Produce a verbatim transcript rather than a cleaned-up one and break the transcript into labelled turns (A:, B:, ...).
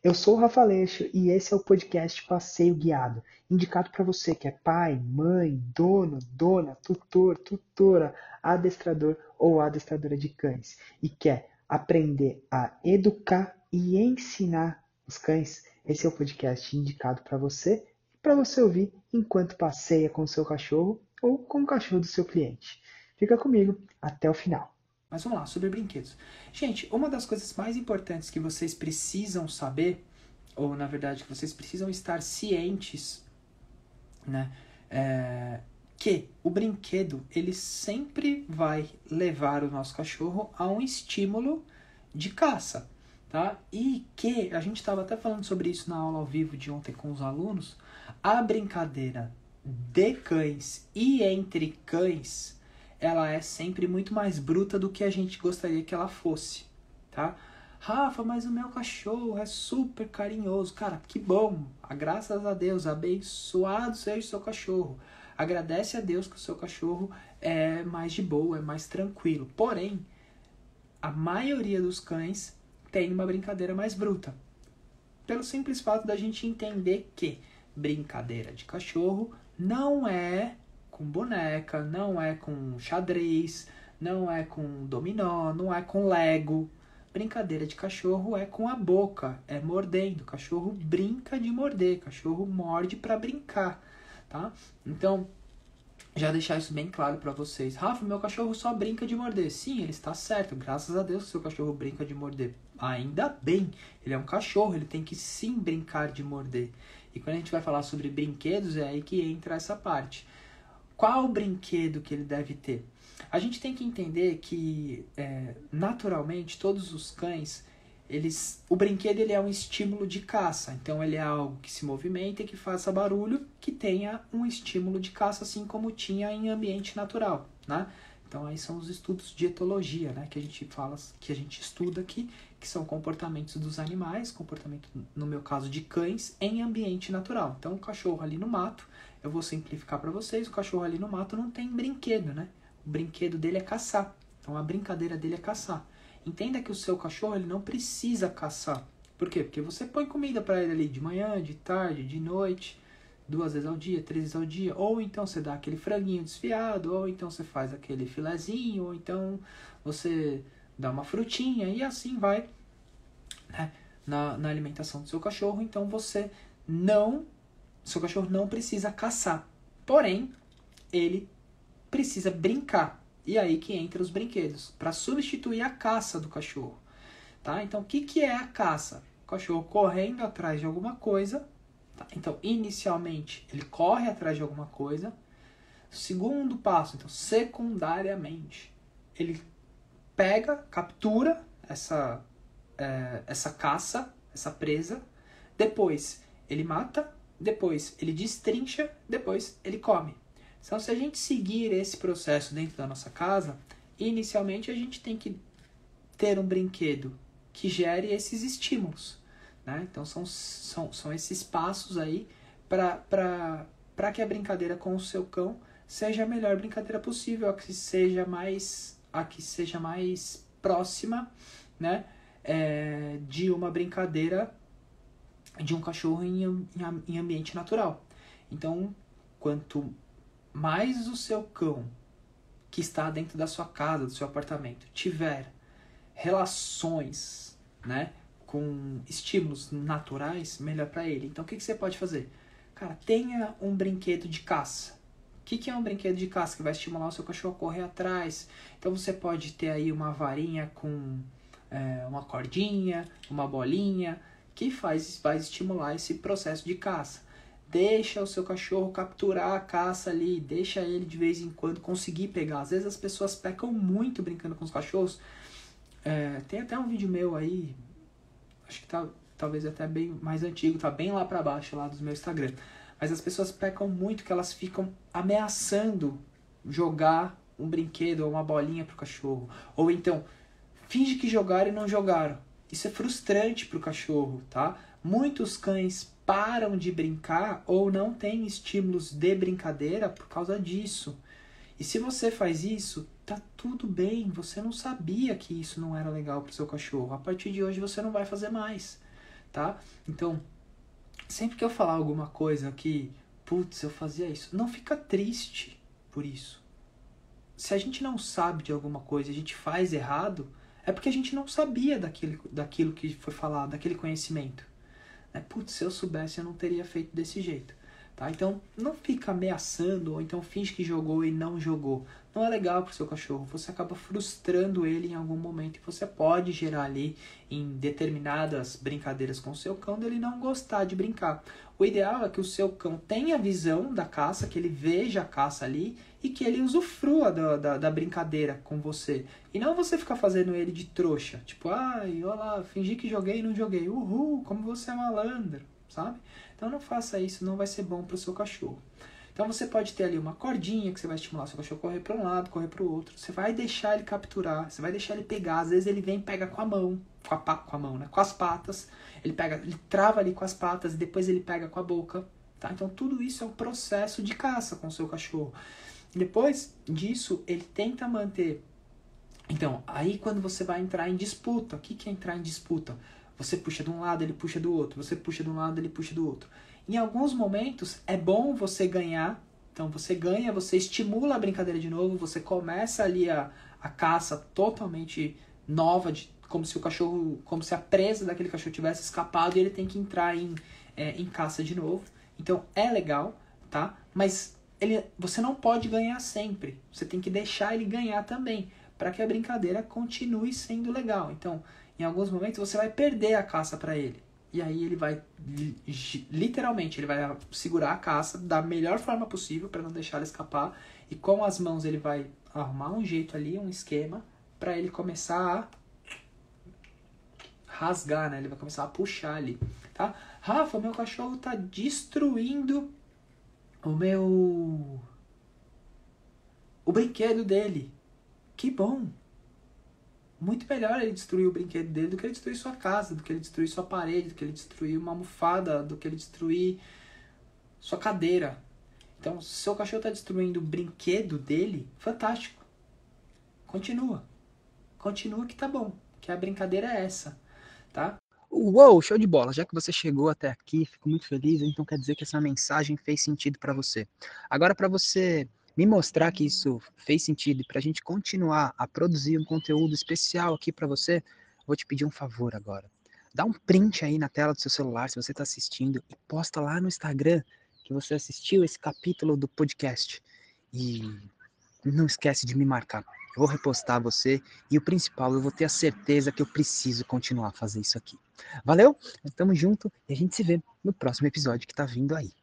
A: Eu sou o Rafa Aleixo e esse é o podcast Passeio Guiado, indicado para você que é pai, mãe, dono, dona, tutor, tutora, adestrador ou adestradora de cães e quer aprender a educar e ensinar os cães. Esse é o podcast indicado para você e para você ouvir enquanto passeia com o seu cachorro ou com o cachorro do seu cliente. Fica comigo até o final.
B: Mas vamos lá, sobre brinquedos. Gente, uma das coisas mais importantes que vocês precisam saber, ou na verdade que vocês precisam estar cientes, né, é que o brinquedo ele sempre vai levar o nosso cachorro a um estímulo de caça, tá? E que a gente estava até falando sobre isso na aula ao vivo de ontem com os alunos, a brincadeira de cães e entre cães ela é sempre muito mais bruta do que a gente gostaria que ela fosse, tá? Rafa, mas o meu cachorro é super carinhoso. Cara, que bom. Graças a Deus, abençoado seja o seu cachorro. Agradece a Deus que o seu cachorro é mais de boa, é mais tranquilo. Porém, a maioria dos cães tem uma brincadeira mais bruta. Pelo simples fato da gente entender que brincadeira de cachorro não é com boneca, não é com xadrez, não é com dominó, não é com lego. Brincadeira de cachorro é com a boca, é mordendo. Cachorro brinca de morder, cachorro morde para brincar, tá? Então, já deixar isso bem claro para vocês. Rafa, meu cachorro só brinca de morder. Sim, ele está certo. Graças a Deus que seu cachorro brinca de morder. Ainda bem, ele é um cachorro, ele tem que sim brincar de morder. E quando a gente vai falar sobre brinquedos, é aí que entra essa parte. Qual brinquedo que ele deve ter? A gente tem que entender que, é, naturalmente, todos os cães, eles, o brinquedo ele é um estímulo de caça. Então, ele é algo que se movimenta e que faça barulho, que tenha um estímulo de caça, assim como tinha em ambiente natural, né? Então, aí são os estudos de etologia, né? Que a gente fala, que a gente estuda aqui, que são comportamentos dos animais, comportamento, no meu caso, de cães, em ambiente natural. Então, o cachorro ali no mato, eu vou simplificar para vocês, o cachorro ali no mato não tem brinquedo, né? O brinquedo dele é caçar. Então, a brincadeira dele é caçar. Entenda que o seu cachorro ele não precisa caçar. Por quê? Porque você põe comida para ele ali de manhã, de tarde, de noite, duas vezes ao dia, três vezes ao dia, ou então você dá aquele franguinho desfiado, ou então você faz aquele filezinho, ou então você dá uma frutinha e assim vai, né, na, na alimentação do seu cachorro. Então você não, seu cachorro não precisa caçar, porém ele precisa brincar. E aí que entra os brinquedos, para substituir a caça do cachorro. Tá? Então, o que, que é a caça? O cachorro correndo atrás de alguma coisa. Tá? Então, inicialmente, ele corre atrás de alguma coisa. Segundo passo, então, secundariamente, ele pega, captura essa, é, essa caça, essa presa. Depois, ele mata. Depois, ele destrincha. Depois, ele come. Então, se a gente seguir esse processo dentro da nossa casa, inicialmente a gente tem que ter um brinquedo que gere esses estímulos, né? Então, são, são, são esses passos aí para que a brincadeira com o seu cão seja a melhor brincadeira possível, a que seja mais, a que seja mais próxima, né, é, de uma brincadeira de um cachorro em, em, em ambiente natural. Então, quanto mais o seu cão que está dentro da sua casa, do seu apartamento, tiver relações, né, com estímulos naturais, melhor para ele. Então, o que, que você pode fazer? Cara, tenha um brinquedo de caça. O que, que é um brinquedo de caça? Que vai estimular o seu cachorro a correr atrás. Então, você pode ter aí uma varinha com é, uma cordinha, uma bolinha, que faz, vai estimular esse processo de caça. Deixa o seu cachorro capturar a caça ali, deixa ele de vez em quando conseguir pegar. Às vezes as pessoas pecam muito brincando com os cachorros. É, tem até um vídeo meu aí, acho que tá, talvez até bem mais antigo, tá bem lá pra baixo lá do meu Instagram. Mas as pessoas pecam muito que elas ficam ameaçando jogar um brinquedo ou uma bolinha pro cachorro. Ou então, finge que jogaram e não jogaram. Isso é frustrante pro cachorro, tá? Muitos cães param de brincar ou não têm estímulos de brincadeira por causa disso. E se você faz isso, tá tudo bem. Você não sabia que isso não era legal pro seu cachorro. A partir de hoje você não vai fazer mais, tá? Então, sempre que eu falar alguma coisa que, putz, eu fazia isso, não fica triste por isso. Se a gente não sabe de alguma coisa, a gente faz errado, é porque a gente não sabia daquilo, daquilo que foi falado, daquele conhecimento. Né? Putz, se eu soubesse, eu não teria feito desse jeito. Tá? Então, não fica ameaçando, ou então finge que jogou e não jogou. Não é legal pro seu cachorro. Você acaba frustrando ele em algum momento. E você pode gerar ali, em determinadas brincadeiras com o seu cão, dele não gostar de brincar. O ideal é que o seu cão tenha visão da caça, que ele veja a caça ali e que ele usufrua da, da, da brincadeira com você. E não você ficar fazendo ele de trouxa. Tipo, ai, olá, fingi que joguei e não joguei. Uhul, como você é malandro, sabe? Então não faça isso, não vai ser bom para o seu cachorro. Então você pode ter ali uma cordinha que você vai estimular o seu cachorro a correr para um lado, correr para o outro. Você vai deixar ele capturar, você vai deixar ele pegar. Às vezes ele vem e pega com a mão, com a, com a mão, né? Com as patas. Ele pega, ele trava ali com as patas e depois ele pega com a boca. Tá? Então tudo isso é um processo de caça com o seu cachorro. Depois disso, ele tenta manter. Então, aí quando você vai entrar em disputa, o que, que é entrar em disputa? Você puxa de um lado, ele puxa do outro. Você puxa de um lado, ele puxa do outro. Em alguns momentos, é bom você ganhar. Então, você ganha, você estimula a brincadeira de novo. Você começa ali a, a caça totalmente nova, de, como se o cachorro, como se a presa daquele cachorro tivesse escapado e ele tem que entrar em, é, em caça de novo. Então, é legal, tá? Mas ele, você não pode ganhar sempre. Você tem que deixar ele ganhar também, para que a brincadeira continue sendo legal. Então, em alguns momentos você vai perder a caça para ele. E aí ele vai, literalmente, ele vai segurar a caça da melhor forma possível para não deixar ela escapar. E com as mãos ele vai arrumar um jeito ali, um esquema, para ele começar a rasgar, né? Ele vai começar a puxar ali, tá? Rafa, meu cachorro tá destruindo o meu... o brinquedo dele. Que bom! Muito melhor ele destruir o brinquedo dele do que ele destruir sua casa, do que ele destruir sua parede, do que ele destruir uma almofada, do que ele destruir sua cadeira. Então, se seu cachorro está destruindo o brinquedo dele, fantástico. Continua. Continua que tá bom. Que a brincadeira é essa, tá?
A: Uou, show de bola. Já que você chegou até aqui, fico muito feliz, então quer dizer que essa mensagem fez sentido para você. Agora, para você me mostrar que isso fez sentido e para a gente continuar a produzir um conteúdo especial aqui para você, vou te pedir um favor agora. Dá um print aí na tela do seu celular, se você está assistindo, e posta lá no Instagram que você assistiu esse capítulo do podcast. E não esquece de me marcar. Eu vou repostar você e o principal, eu vou ter a certeza que eu preciso continuar a fazer isso aqui. Valeu? Tamo junto e a gente se vê no próximo episódio que tá vindo aí.